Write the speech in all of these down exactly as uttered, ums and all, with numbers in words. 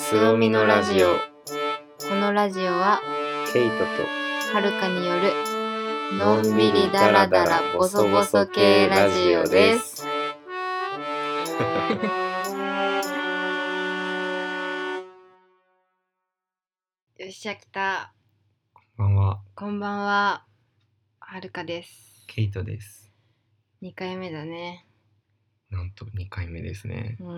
つおみのラジオ。 このラジオはケイトとはるかによるのんびりだらだらボソボソ系ラジオです。よっしゃ来た。 こんばんは。 こんばんは。はるかです。 ケイトです。 にかいめだね。 なんとにかいめですね。 うん。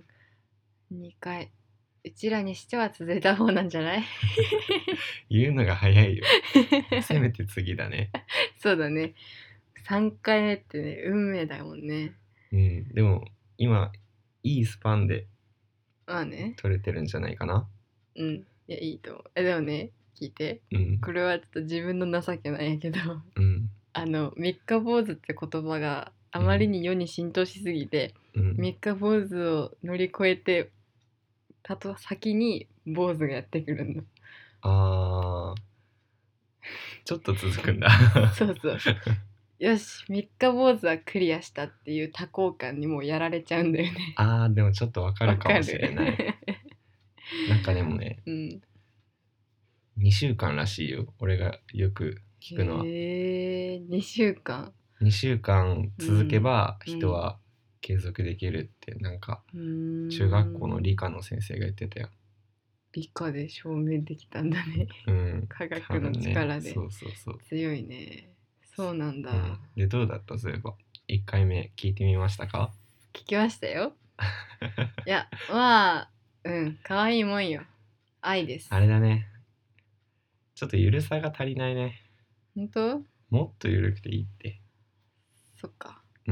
にかい。うちらにしては続いた方なんじゃない？ 言うのが早いよ。せめて次だね。 そうだね。さんかいめってね、運命だもんね。 うん。でも今いいスパンでまあね。 撮れてるんじゃないかな。 うん。いや、いいと思う。え、でもね、聞いて。 うん。 これはちょっと自分の情けなんやけど、 うん。 あの三日坊主って言葉があまりに世に浸透しすぎて、 うん。 三日坊主を乗り越えてたと先に坊主がやってくるの。 あー。ちょっと続くんだ。 そうそう。よし、三日坊主はクリアしたっていう多幸感にもうやられちゃうんだよね。 あー、でもちょっとわかるかもしれない。 わかるなんかでもね、 うん、 にしゅうかんらしいよ。俺がよく聞くのは。 へえ、にしゅうかん。 にしゅうかん続けばうん人は継続できるって、なんかうーん、 中学校の理科の先生が言ってたよ。 理科で証明できたんだね。 うん。 科学の力で。 ね、そうそうそう。 強いね。そうなんだ。 うん、でどうだった？そういえばいっかいめ聞いてみましたか？ 聞きましたよ。いや、まあ、うん、可愛いもんよ。愛です。 あれだね。ちょっとゆるさが足りないね。 本当？ もっとゆるくていいって。 そっか。 うん。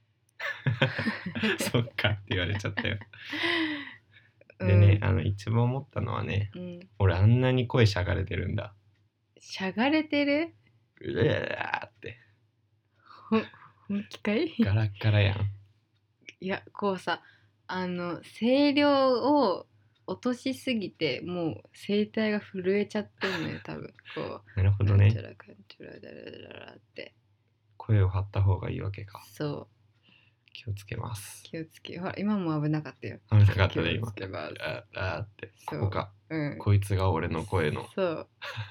そっかって言われちゃったよ。でね、あの一番思ったのはね、うん、俺あんなに声しゃがれてるんだ。 しゃがれてる？ うわーって。 ほ本気かい？ ガラッガラやん。 いや、こうさ、あの声量を落としすぎてもう声帯が震えちゃってるのよ多分。こうなるほどね。 なんちゃらかんちゃらだらだらって声を張った方がいいわけか。 そう。 気をつけます。 気をつけ。ほら今も危なかったよ。 危なかったね今。 気をつけます。 ああってここか、 うん。 こいつが俺の声の。 そう。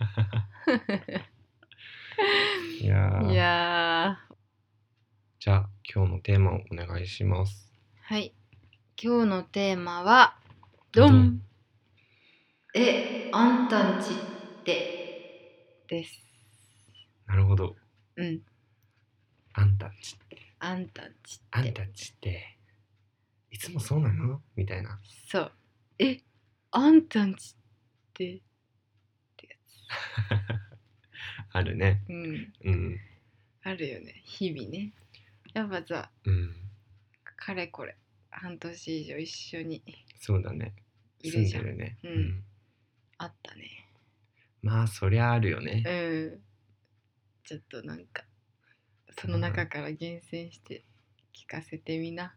いやいやじゃあ今日のテーマをお願いします。 はい。今日のテーマはドン。え、あんたんちってです。 なるほど。 うん。 あんたんちって。 あんたんちって。 あんたんちっていつもそうなの？みたいな。 そう。え、あんたんちってってやつ。 あるね。 うん。 うん。あるよね。日々ね。やっぱさ、 うん、 かれこれ半年以上一緒にそうだね。 いるじゃん。 住んでるね。 うん。うん、あったね。 まあそりゃあるよね。 うん。ちょっとなんかその中から厳選して聞かせてみな。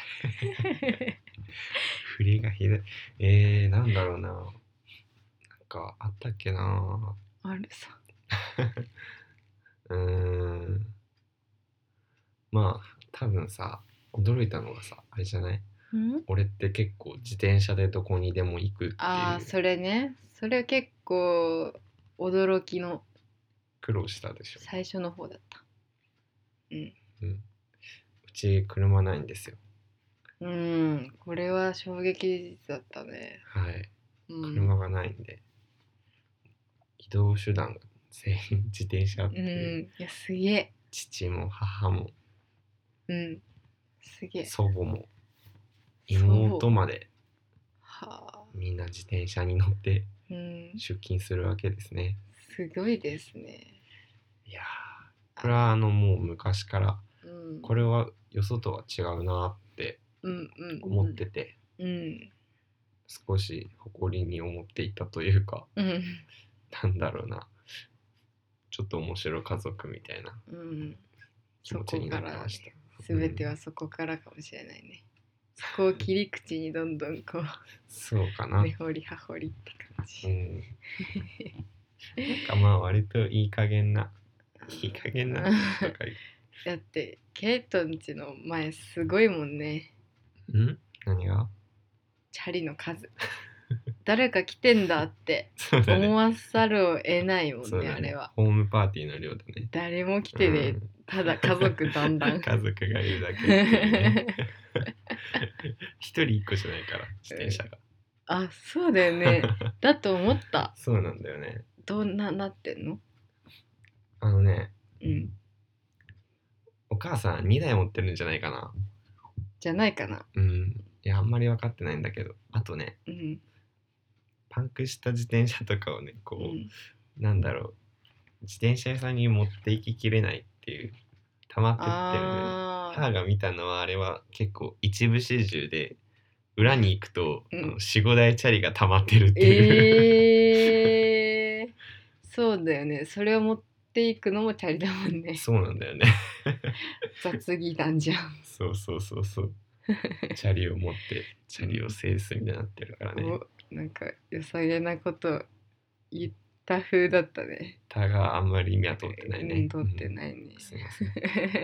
振りがひどい。えー、なんだろうな。なんかあったっけな。 あるさ。 うーん。まあ多分さ、驚いたのがさ、あれじゃない？ん？俺って結構自転車でどこにでも行くっていう。 ああ、それね。それ結構驚きの。 苦労したでしょ。 最初の方だった。うん。 うん。うち車ないんですよ。 うん。これは衝撃だったね。 はい。うん、車がないんで移動手段が全員自転車っていう。うん。いやすげえ。父も母も。 うん。すげえ。 祖母も妹まではあ、みんな自転車に乗って出勤するわけですね。 うん、すごいですね。 いやー、これはあのもう昔から、うん、これはよそとは違うなって思ってて、うんうんうん、少し誇りに思っていたというか、うん、なんだろうな、ちょっと面白い家族みたいな気持ちになりました。 すべてはそこからかもしれないね。そこを切り口にどんどんこうそうかな、 根掘り葉掘りって感じ。うん、 なんかまあ割といい加減ないい加減なとかだってケイトんちの前すごいもんね。 ん？何が？ チャリの数。 誰か来てんだって思わざるを得ないもん ね, ねあれはホームパーティーの量だね。 誰も来てね、うん、ただ家族団らん家族がいるだけっていうね一人一個じゃないから自転車が、 あ、そうだよねだと思ったそうなんだよね。 どんななってんの？ あのね、 うん、 お母さんにだい持ってるんじゃないかな。 じゃないかな。 うん、いやあんまり分かってないんだけど、あとね、 うん、パンクした自転車とかをねこう、うん、なんだろう、自転車屋さんに持って行ききれないっていう溜まってってるね。母が見たのはあれは結構一部始終で、裏に行くと、うん、あの よん,ご 台チャリが溜まってるっていう、えー、そうだよね。それを持っていくのもチャリだもんね。 そうなんだよね雑技団じゃん。 そうそうそうそうチャリを持ってチャリを制すみたいになってるからね。 お、なんか良さげなこと言った風だったね。 たがあんまり意味は通ってないね。 うん、通ってないね、うん、すいません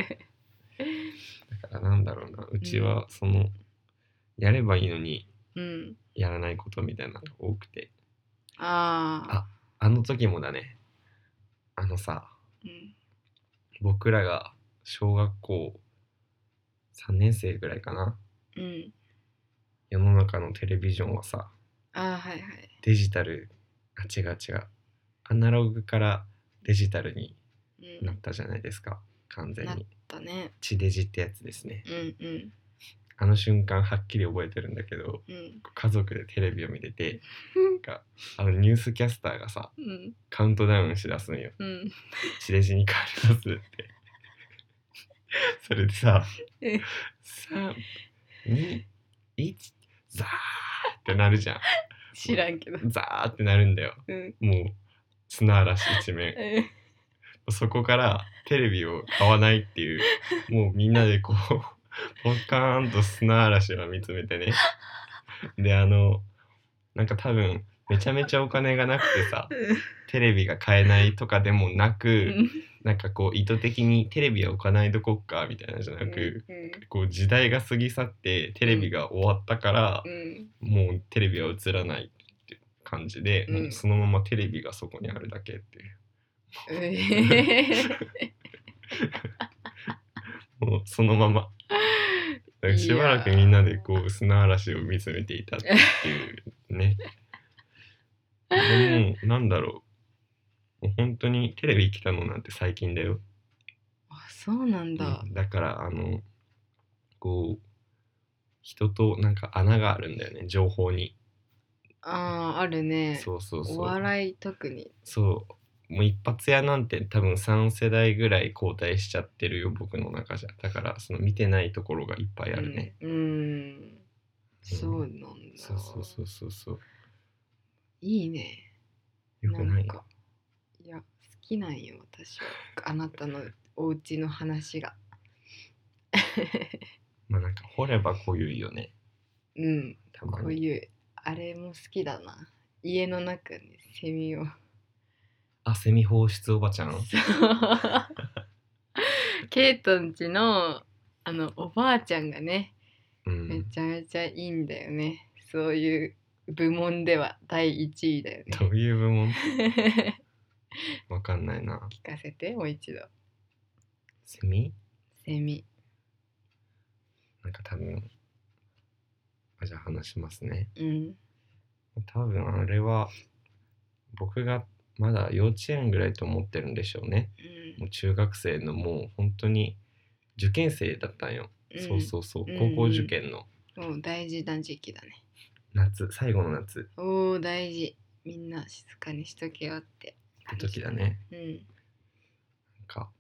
だからなんだろうな、うちはその、うん、やればいいのに、うん、やらないことみたいなのが多くて、ああ、あの時もだね、あのさ、うん、僕らが小学校さんねん生ぐらいかな、うん、世の中のテレビジョンはさ、 あ、はいはい、 デジタル、あ、違う違う、アナログからデジタルになったじゃないですか、うん、完全に。なったね。地デジってやつですね。うんうん。あの瞬間はっきり覚えてるんだけど、うん、家族でテレビを見ててかあのニュースキャスターがさ、うん、カウントダウンしだすのよ、うん、地デジに変わりますってそれでささん、に、いちザーってなるじゃん。 知らんけどザーってなるんだよ、うん、もう砂嵐一面、うん、そこからテレビを買わないっていうもうみんなでこうポカーンと砂嵐を見つめてねで、あのなんか多分めちゃめちゃお金がなくてさテレビが買えないとかでもなく、なんかこう意図的にテレビは置かないどこっかみたいなじゃなく、こう時代が過ぎ去ってテレビが終わったから、もうテレビは映らないっていう感じで、もうそのままテレビがそこにあるだけっていう、えー、もうそのまましばらくみんなでこう砂嵐を見つめていたっていうねでもなんだろう、もう本当にテレビ来たのなんて最近だよ。 あ、そうなんだ、 うん、だからあのこう人となんか穴があるんだよね、情報に。 ああ、あるね。 そうそうそう、 お笑い特に。 そうもう一発屋なんて多分さん世代ぐらい交代しちゃってるよ僕の中じゃ。だからその見てないところがいっぱいあるね。 うん、うん、そうなんだ、うん、 そうそうそうそうそう、 いいね。 よくない？ なんかいや好きなんよ私はあなたのお家の話がまあなんか掘ればこういうよね。 うん、たまにこういうあれも好きだな、家の中にセミを。 あ、セミ放出おばちゃんケイトンちのあのおばあちゃんがね、うん、めちゃめちゃいいんだよね。そういう部門ではだいいちいだよね。 どういう部門わかんないな。 聞かせてもう一度。 セミ？ セミ。 なんか多分、あ、じゃあ話しますね。 うん。 多分あれは僕がまだ幼稚園ぐらいと思ってるんでしょうね。うん、もう中学生のもう本当に受験生だったんよ。うん、そうそうそう、高校受験の。 うんうん、大事な時期だね。 夏、最後の夏。 おー、大事。みんな静かにしとけよってって時だね。うん。なんか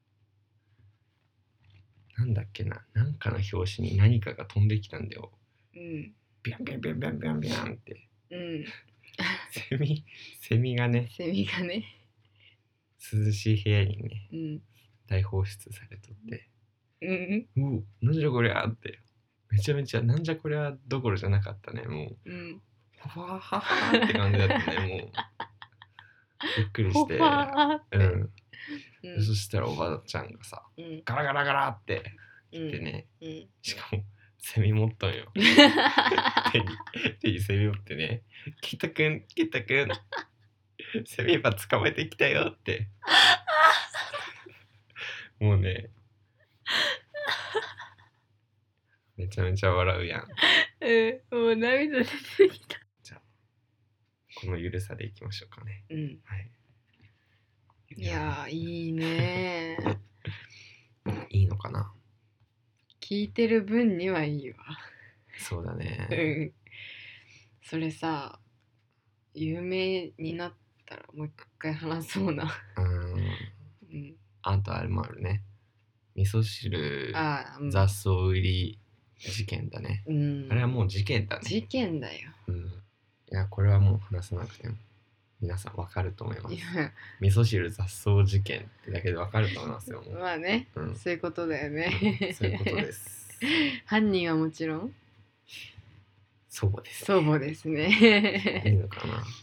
なんだっけな、なんかの表紙に何かが飛んできたんだよ。うん。ビャンビャンビャンビャンビャンビャンって。うん。セミ、セミがね。 セミがね。 涼しい部屋にね、うん、大放出されとって。うん。うお、なんじゃこりゃって。めちゃめちゃなんじゃこりゃどころじゃなかったね、もう。うん。ふわははって感じだったね、もう。びっくりして。うん。うん、そしたらおばあちゃんがさ、うん、ガラガラガラって来てね、うんうん、しかもセミ持ったんよ手に手にセミ持ってね、 キトくんキトくんセミバ捕まえてきたよってもうねめちゃめちゃ笑うやん。 うん、もう涙出てきた。 じゃあこのゆるさでいきましょうかね。 うん、 はい。 いやーいいねいいのかな。 聞いてる分にはいいわ。 そうだね。 うんそれさ有名になったらもう一回話そうな。 うん。 うん、 あとあれもあるね。味噌汁あ、うん、 雑草売り事件だね。 うん、 あれはもう事件だね。 事件だよ。 うん。いやこれはもう話さなくても皆さんわかると思います。 いや味噌汁雑草事件ってだけでわかると思いますよ。もうまあね、 うん、 そういうことだようんね。 そういうことです。 犯人はもちろん祖母です、ね。 祖母ですいいね。 のかな。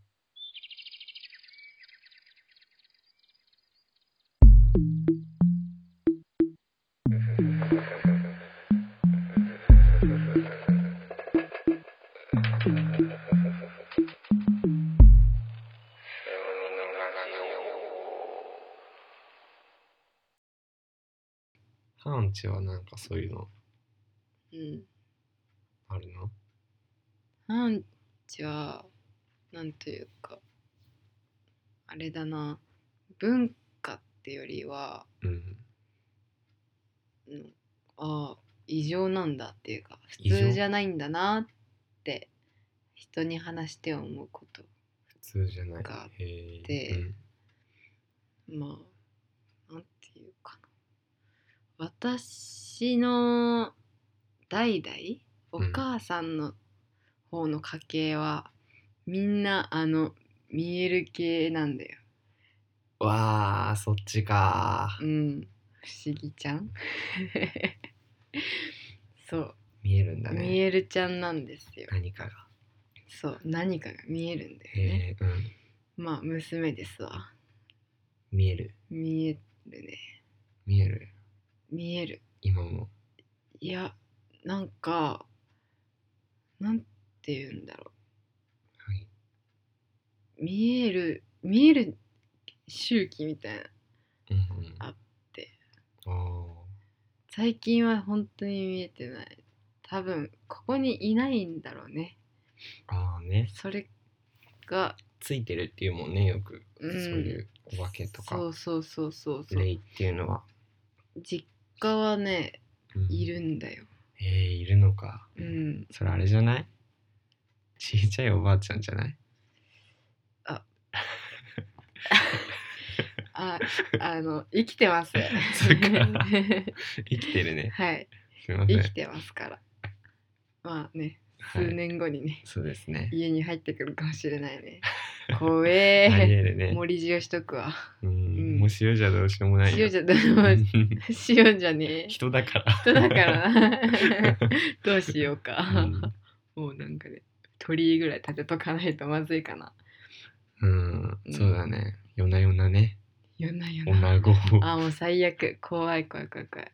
ハンチはなんかそういうのうんあるの？ ハンチはなんというかあれだな、文化ってよりは、 うんうん、ああ異常なんだっていうか普異常通じゃないんだなって人に話して思うこと普通じゃないがあっへて、 え、 まあなんていうかな、私の代々お母さんの方の家系はみんなあの見える系なんだよ。 うん、わあそっちか。 うん不思議ちゃんそう見えるんだね。 見えるちゃんなんですよ。 何かが。 そう何かが見えるんだよね。 へえ、うん。 まあ娘ですわ。 見える。 見えるね。 見える。 見える。 今も。 いやなんかなんて言うんだろはい。 う、見える見える周期みたいなうんうん。 あって、 ああ。 最近は本当に見えてない。多分ここにいないんだろうね。 ああね。 それがついてるっていうもんねよく、 うん、 そういうお化けとかそうそうそうそうそう霊っていうのは。 実家はね、 うん、 いるんだよ。 えー、いるのか。 うん。 それあれじゃない？ちいちゃいおばあちゃんじゃない？ ああ、あの生きてます。 そっか生きてるね。 はい。 すみません。 生きてますから。まあね、数年後にね、 はい、そうですね。 家に入ってくるかもしれないね。怖え。 ありえるね。 森塩しとくわ。 うん、うん、もう塩じゃどうしようもないよ。 塩じゃどうしようもない。塩じゃねえ。 人だから。 人だからな。どうしようか。 うん、 もうなんかね、鳥居ぐらい立てとかないとまずいかな。 うん、そうだね。夜な夜なね。 夜な夜な。女子。 あ、もう最悪。怖い怖い怖い怖い。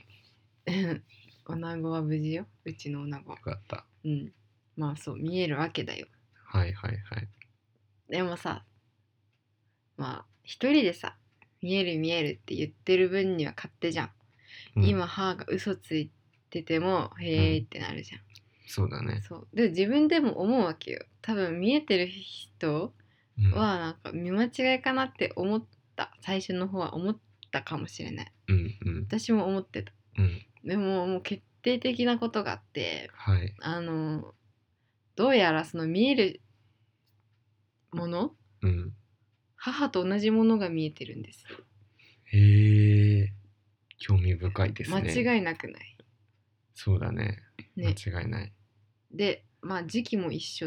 女子は無事よ。うちの女子。 よかった。 うん。まあそう見えるわけだよ。 はいはいはい。 でもさ、まあ一人でさ、見える見えるって言ってる分には勝手じゃん。うん、今母が嘘ついててもへーってなるじゃん。うん、 そうだね。 そうで自分でも思うわけよ。多分見えてる人はなんか見間違いかなって思った。最初の方は思ったかもしれない。 うんうん、 私も思ってた。うん、でももう決定的なことがあって、 はい、 あのどうやらその見えるもの、うん、母と同じものが見えてるんですよ。 へえ、興味深いですね。 間違いなくない？ そうだね。 ね、 間違いない。 で、まあ時期も一緒って、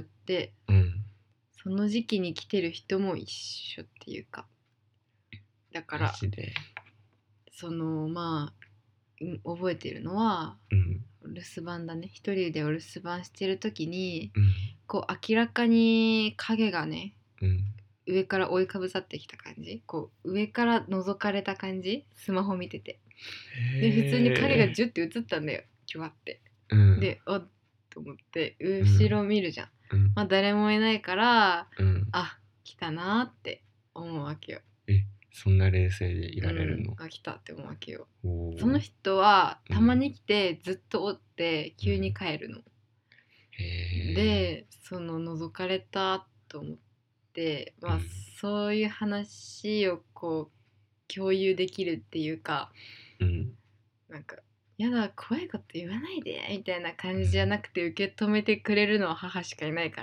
うん、 その時期に来てる人も一緒っていうか、だからマジでそのまあ覚えてるのは、うん、お留守番だね。一人でお留守番してる時に、うん、こう明らかに影がね、うん、上から覆いかぶさってきた感じ、こう上から覗かれた感じ、スマホ見てて、で普通に影がジュッて映ったんだよ、キュワって、うん、でおっと思って後ろ見るじゃん、 うん、 まあ誰もいないから、 うん、 あ、来たなって思うわけよ。 え、そんな冷静でいられるの？ うん、あ、来たって思うわけよ。 おその人はうんたまに来てずっとおって急に帰るの。 へで、その覗かれたと思って、まあうんそういう話をこう共有できるっていうか、 うんなんかやだ怖いこと言わないでみたいな感じじゃなくて受け止めてくれるのは母しかいないから、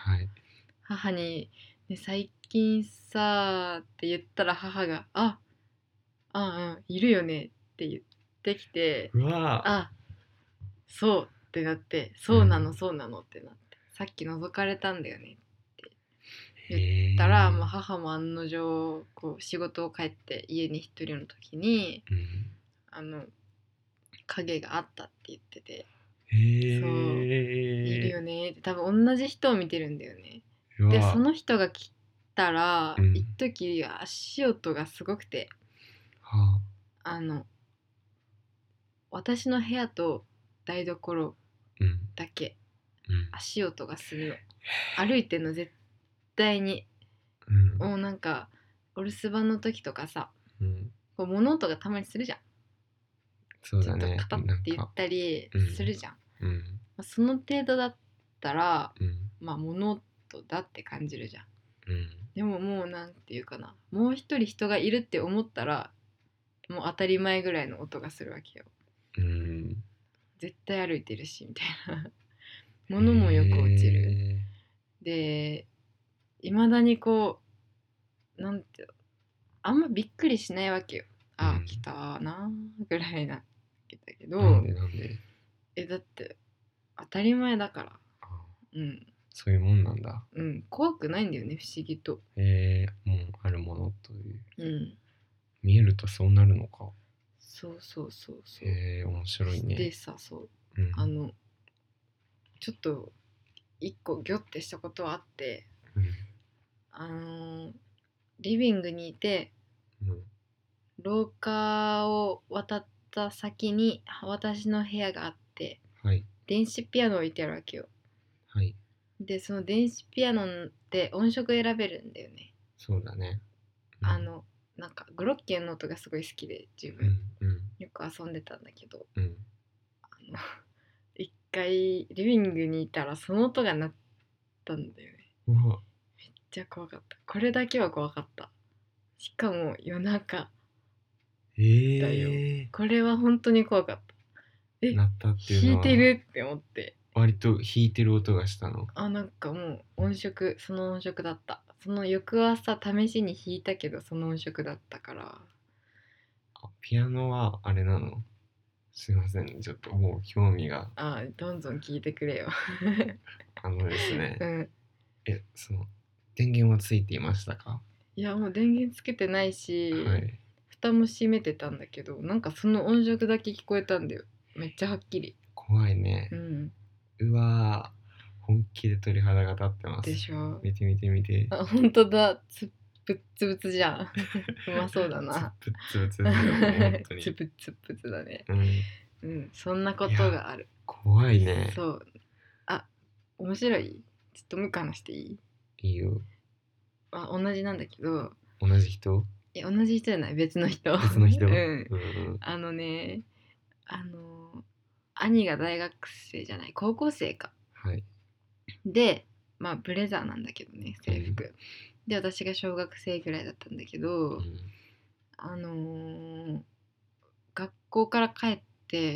はい母に、ね、最近さって言ったら母がああうんいるよねって言ってきて、 うわあそうってなって、そうなのうんそうなのってなって、さっき覗かれたんだよねって言ったら、まあ、 へえ母も案の定こう仕事を帰って家に一人の時にうんあの影があったって言ってて、そういるへえよねって多分同じ人を見てるんだよね。でそうわの人が来たらうん一時足音がすごくて、 はあの私の部屋と台所うんだけうん足音がするの。歩いてんの絶対に。 うんもうなんかお留守番の時とかさ、 うんこう物音がたまにするじゃん。ちょっとそうだねカタッなんかて言ったりするじゃん。 うんまあ、その程度だったらうんまあ物音だって感じるじゃん。 うんでももうなんていうかな、もう一人人がいるって思ったらもう当たり前ぐらいの音がするわけよ。 うん絶対歩いてるしみたいな。物もよく落ちる。 へでいまだにこうなんてあんまびっくりしないわけよ。ああうん来たなぐらいなだけーなんど、 でなんでえだって当たり前だから。 あうんそういうもんなんだ。 うん怖くないんだよね不思議と。 えー、もうあるものといううん見えるとそうなるのか。 そうそうそうそう。 えー、面白いね。 でさそううん、 あのちょっと一個ギョってしたことはあって、 うんあのーリビングにいてうん廊下を渡った先に私の部屋があって、 はい電子ピアノ置いてあるわけよ。 はい、 でその電子ピアノって音色選べるんだよね。 そうだね。うん、 あのなんかグロッケンの音がすごい好きで自分、 うんうんよく遊んでたんだけど、 うんあの一回リビングにいたらその音が鳴ったんだよね。 うわめっちゃ怖かった。これだけは怖かった。しかも夜中えー、 だよ。これは本当に怖かった。え、 鳴ったっていう弾いのはてるって思って。 割と弾いてる音がしたの？ あ、なんかもう音色、その音色だった。その翌朝試しに弾いたけどその音色だったから。 あピアノはあれなの？すいませんちょっともう興味が。 あ、どんどん聞いてくれよ。 あのですね、 うん。 えその電源はついていましたか？ いやもう電源つけてないし、 はい。 蓋も閉めてたんだけど、なんかその音色だけ聞こえたんだよ。めっちゃはっきり。 怖いね。 うん。 うわー本気で鳥肌が立ってます。 でしょ。 見て見て見て。 あ、本当だ。つぶっつぶつじゃん。うまそうだな。 つぶつぶつですよ本当に。 つぶつぶつだね。 うん。 うん、そんなことがある。 怖いね。 そう。あ、面白い。ちょっと向かなしていい？ いいよ。 あ、同じなんだけど、 同じ人？ いや同じ人じゃない、別の人。 別の人？ うん。 うんあのね、あの兄が大学生じゃない高校生か。 はい。 で、まあブレザーなんだけどね制服。うん、で私が小学生ぐらいだったんだけど、うん、あのー、学校から帰って、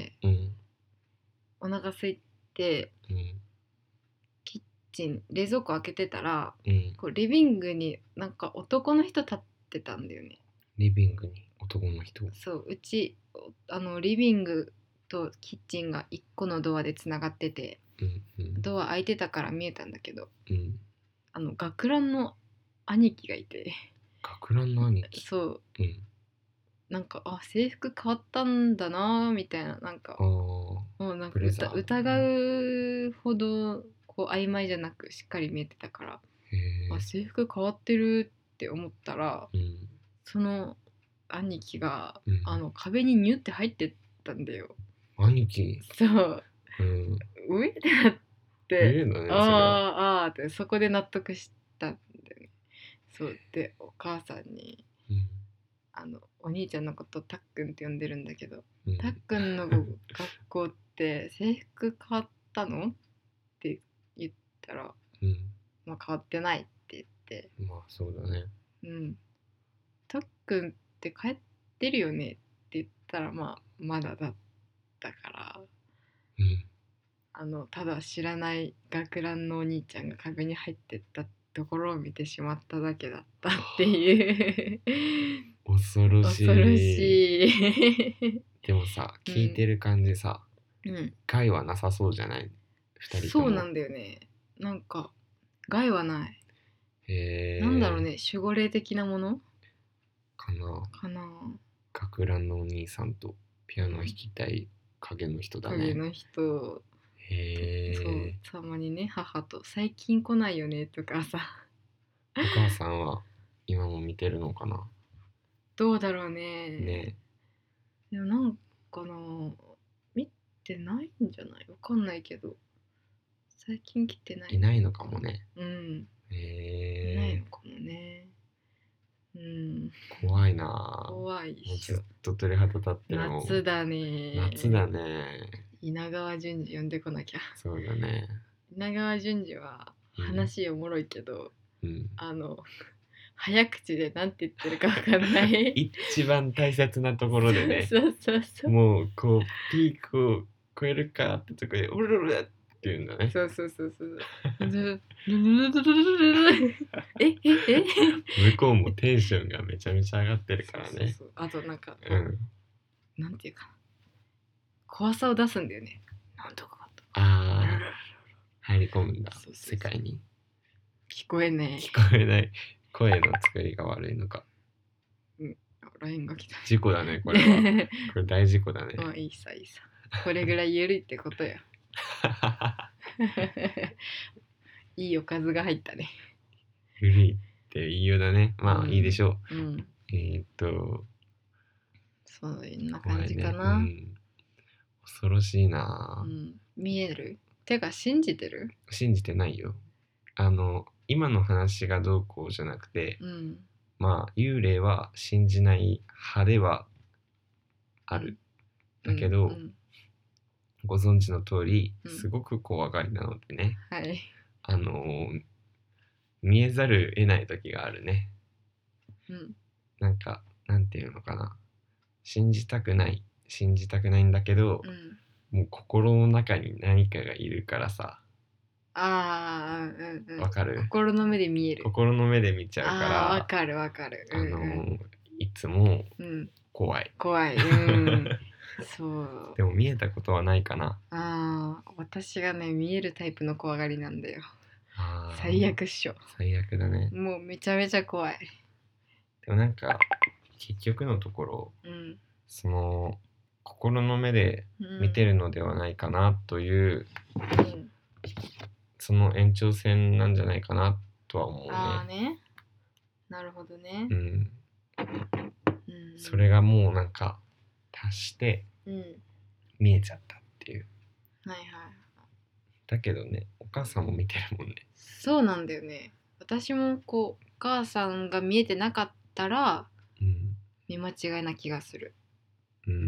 うん、お腹空いて、うん、キッチン冷蔵庫開けてたら、うん、こうリビングになんか男の人立ってたんだよね。 リビングに男の人？ そう、うちあのリビングとキッチンがいっこのドアでつながってて、うんうん、ドア開いてたから見えたんだけど、うん、あの学ランの兄貴がいて。 学ランの兄貴？ そう、うん、なんかあ制服変わったんだなみたいな、なんかもうなんか疑うほどこう曖昧じゃなくしっかり見えてたから、あ制服変わってるって思ったら、うん、その兄貴が、うん、あの壁にニュって入ってったんだよ。 兄貴？ そう、 うん、 上ってなっで、ね、あああってそこで納得したんだよね。そうでお母さんに、うん、あのお兄ちゃんのことたっくんって呼んでるんだけど、うん、たっくんの学校って制服変わったのって言ったら、うん、まあ変わってないって言って、 まあそうだね。 うん。たっくんって帰ってるよねって言ったら、まあまだだったから、うん、あのただ知らない学ランのお兄ちゃんが壁に入ってったところを見てしまっただけだったっていう恐ろしい。 恐ろしいでもさ、聞いてる感じさ、うん、害はなさそうじゃない？ ふたりとも。そうなんだよね。なんか害はない。へえ。なんだろうね、守護霊的なものかな。 かな。 学ランのお兄さんとピアノ弾きたい影の人だね。 影の人。へえ。そう、たまにね、母と最近来ないよねとかさ。 お母さんは今も見てるのかな。 どうだろうね。ね。でもなんかな、見てないんじゃない？わかんないけど。最近来てない。 いないのかもね。うん。へえ。いないのかもね。 うん。怖いな。 怖いっしょ。 ずっと鳥肌立ってるもん。 夏だね。 夏だね。 稲川淳二呼んでこなきゃ。 そうだね。 稲川淳二は話おもろいけど、うん、あの早口でなんて言ってるか分かんない一番大切なところでね。そうそうそう。もうこうピークを超えるかってとこで「うるるる」って言うんだね。 そうそうそうそう。えええ向こうもテンションがめちゃめちゃ上がってるからね。そうそうそう。 あとなんか、うん、なんていうかな、怖さを出すんだよね。なんとかと。ああ、入り込むんだ。そうそうそう、世界に。 聞こえない。 聞こえない。声の作りが悪いのか。 うん。ライン が来た。 事故だね、これは。これ大事故だね。 まあいいさいいさ。これぐらい緩いってことよ。いいおかずが入ったね。 緩いって言いようだね。まあ、うん、いいでしょう。うん、えー、っと。 そんな感じかな。ね、うん、 恐ろしいな、 うん。見える？てか信じてる？ 信じてないよ。あの今の話がどうこうじゃなくて、うん、まあ幽霊は信じない派ではある、うん、だけど、うんうん、ご存知の通りすごく怖がりなのでね、うん、はい、あの見えざる得ない時があるね、うん、なんかなんていうのかな、信じたくない信じたくないんだけど、うん、もう心の中に何かがいるからさ、ああ、うんうん。わかる？ 心の目で見える。 心の目で見ちゃうから。 あ、わかるわかる。 うんうん、あのいつも怖い。 うん、怖い。うん。そう。 でも見えたことはないかな。 ああ、私がね見えるタイプの怖がりなんだよ。あ、最悪っしょ。 最悪だね。 もうめちゃめちゃ怖い。 でもなんか結局のところ、うん、その心の目で見てるのではないかなという、うん、その延長線なんじゃないかなとは思うね。 ああね。なるほどね。うん。 うん、それがもうなんか足して見えちゃったっていう。うん、はいはい。だけどね、お母さんも見てるもんね。 そうなんだよね。私もこうお母さんが見えてなかったら、うん、見間違いな気がする。うんうんうん。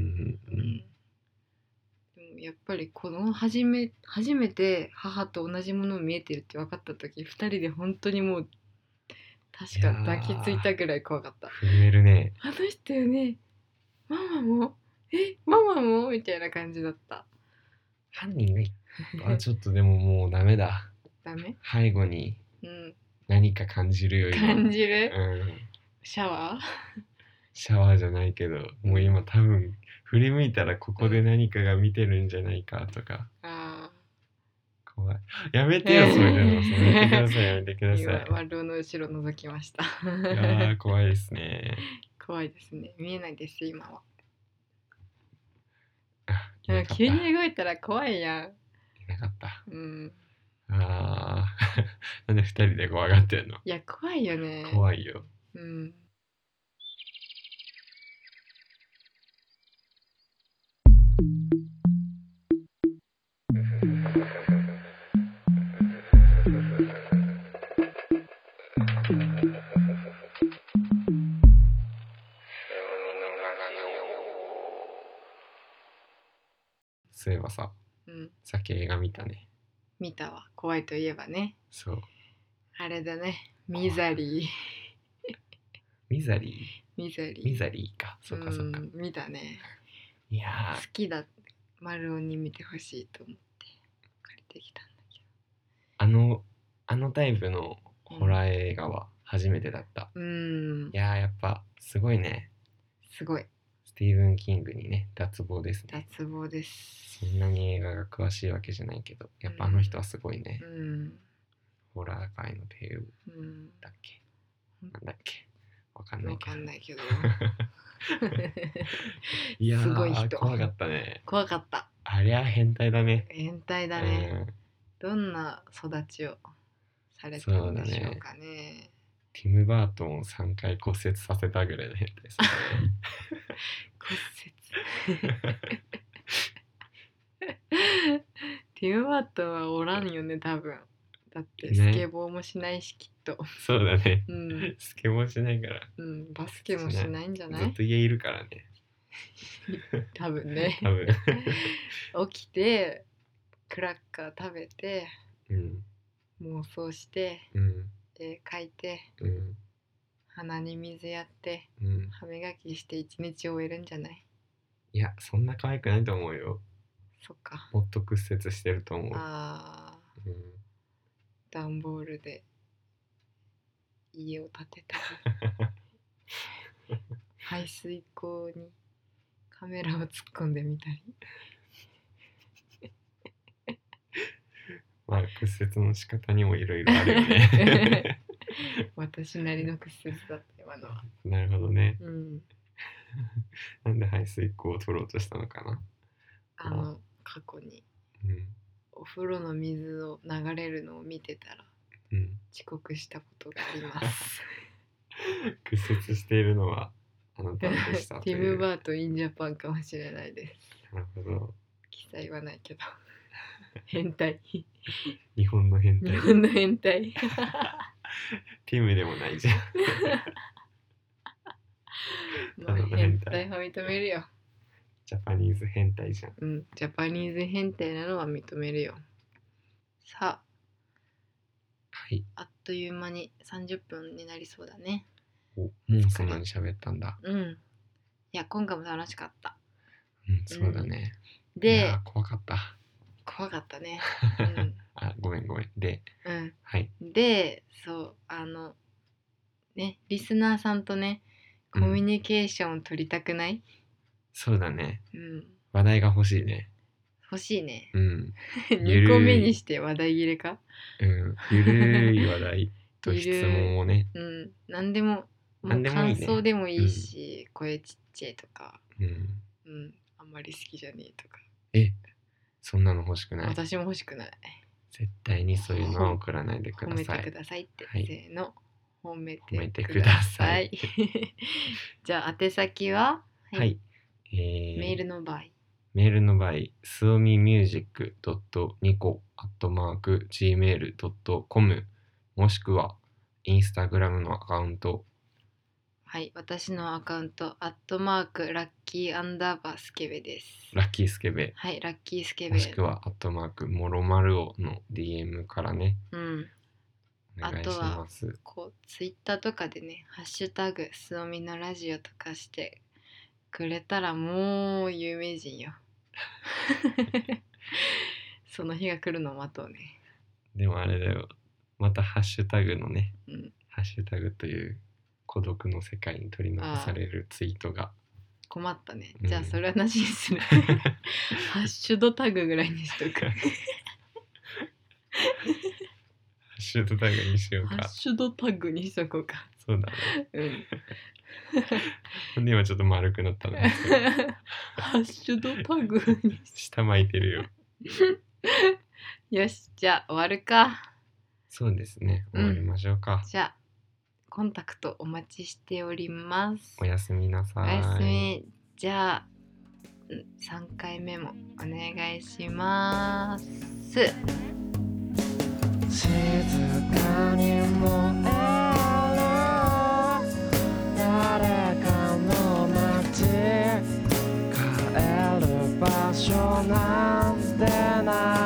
でもやっぱりこの初め初めて母と同じものを見えてるって分かった時、ふたりで本当にもう確か抱きついたぐらい怖かった。 震えるね。 あの人よね、ママもえママもみたいな感じだった。 犯人があちょっとでももうダメだ。 ダメ？ 背後に何か感じるよ、今。 感じる？うん。シャワー？ シャワーじゃないけど、もう今多分振り向いたらここで何かが見てるんじゃないかとか。ああ。怖い。やめてよ、それでも。やめてください、やめてください。 今、丸の後ろ覗きました。 いやー、怖いですね。 怖いですね。見えないです、今は。あ、急に動いたら怖いやん。 いなかった。うん。ああ、なんで二人で怖がってんの？ いや、怖いよね。 怖いよ。うん。 そういえばさ、うん、さっき映画見たね。 見たわ。怖いといえばね。 そう。 あれだね。ミザリー。 ミザリーミザリー。 ミザリーか。そっかそっか。 見たね。 いや好きだって。丸尾に見てほしいと思って借りてきたんだけど。 あの、あのタイプのホラー映画は初めてだった。うん。いやーやっぱすごいね。 すごい。 スティーブン・キングにね、脱帽ですね。 脱帽です。 そんなに映画が詳しいわけじゃないけど、やっぱあの人はすごいね。うん、ホラー界の帝王だっけ、うん、なんだっけわかんないけど。わかんないけど。いやー、すごい人。怖かったね。 怖かった。 ありゃ変態だね。 変態だね。うん、どんな育ちをされたんでしょうかね。 ティム・バートンをさんかい骨折させたぐらいの変態さ。 骨折。ティム・バートンはおらんよね、多分。だってスケボーもしないし、きっと。 そうだね。うん、スケボーしないから。 うん、バスケもしないんじゃない？ ずっと家いるからね。 多分ね。 多分。 起きて、クラッカー食べて、うん、妄想して、うん、絵描いて、うん、鼻に水やって、うん、歯磨きして一日終えるんじゃない？ いや、そんな可愛くないと思うよ。 そっか。 もっと屈折してると思う。ああ、 うん。段ボールで家を建てたり排水溝にカメラを突っ込んでみたりまあ屈折の仕方にもいろいろあるよね。 私なりの屈折だった今のは。 なるほどね。うん、なんで排水溝を取ろうとしたのかな。 あの過去に、うん、お風呂の水を流れるのを見てたら、うん、遅刻したことがあります。 屈折しているのはあなたでしたティム・バートン・イン・ジャパンかもしれないです。 なるほど。 記載はないけど変態。 日本の変態。 日本の変態。 ティムでもないじゃん。 ただの変態は認めるよ。 ジャパニーズ変態じゃん。 うん、ジャパニーズ変態なのは認めるよ。さあ、はい、あっという間にさんじゅっぷんになりそうだね。 お、もうそんなに喋ったんだ。 うん。いや、今回も楽しかった。 うん、そうだね。うん、で、いや怖かった。 怖かったね。うん、 あ、ごめんごめん。で、 うん、はい。で、そうあのね、リスナーさんとね、コミュニケーションを取りたくない？うん、 そうだね。うん。話題が欲しいね。 欲しいね。うん。にこめにして話題切れか？ うん。ゆるい話題と質問をね。 うん。何でも、もう感想でもいいし、うん、声ちっちゃいとか、うん。うん。あんまり好きじゃねえとか。 え、そんなの欲しくない？ 私も欲しくない。 絶対にそういうのは送らないでください。 褒めてくださいって。はい、せーの。褒め褒めてください。 じゃあ宛先は、 はい、はい、 えー、メールの場合メールの場合すおみミュージックドットニコアットマークジーメールドットコムもしくはインスタグラムのアカウント、 はい、私のアカウントアットマークラッキーアンダーバースケベです。 ラッキースケベ、 はい、ラッキースケベ、 もしくはアットマークもろまるおの ディーエム からね、うん、 あとはこうツイッターとかでねハッシュタグすおみのラジオとかしてくれたらもう有名人よ。その日が来るのを待とうね。 でもあれだよ、またハッシュタグのね、うん、ハッシュタグという孤独の世界に取り残されるツイートが困ったね、うん、じゃあそれはなしにする。ハッシュドタグぐらいにしとく。ハッシュドタグにしようか。 ハッシュドタグにしとこうか。 そうだね。うん。で今ちょっと丸くなったの。 ハッシュドタグに下巻いてるよ。 よし、じゃあ終わるか。 そうですね、終わりましょうか。 うん、じゃあコンタクトお待ちしております。 おやすみなさい。 おやすみ。じゃあさんかいめもお願いします。 静かに燃える誰かの街帰る場所なんてない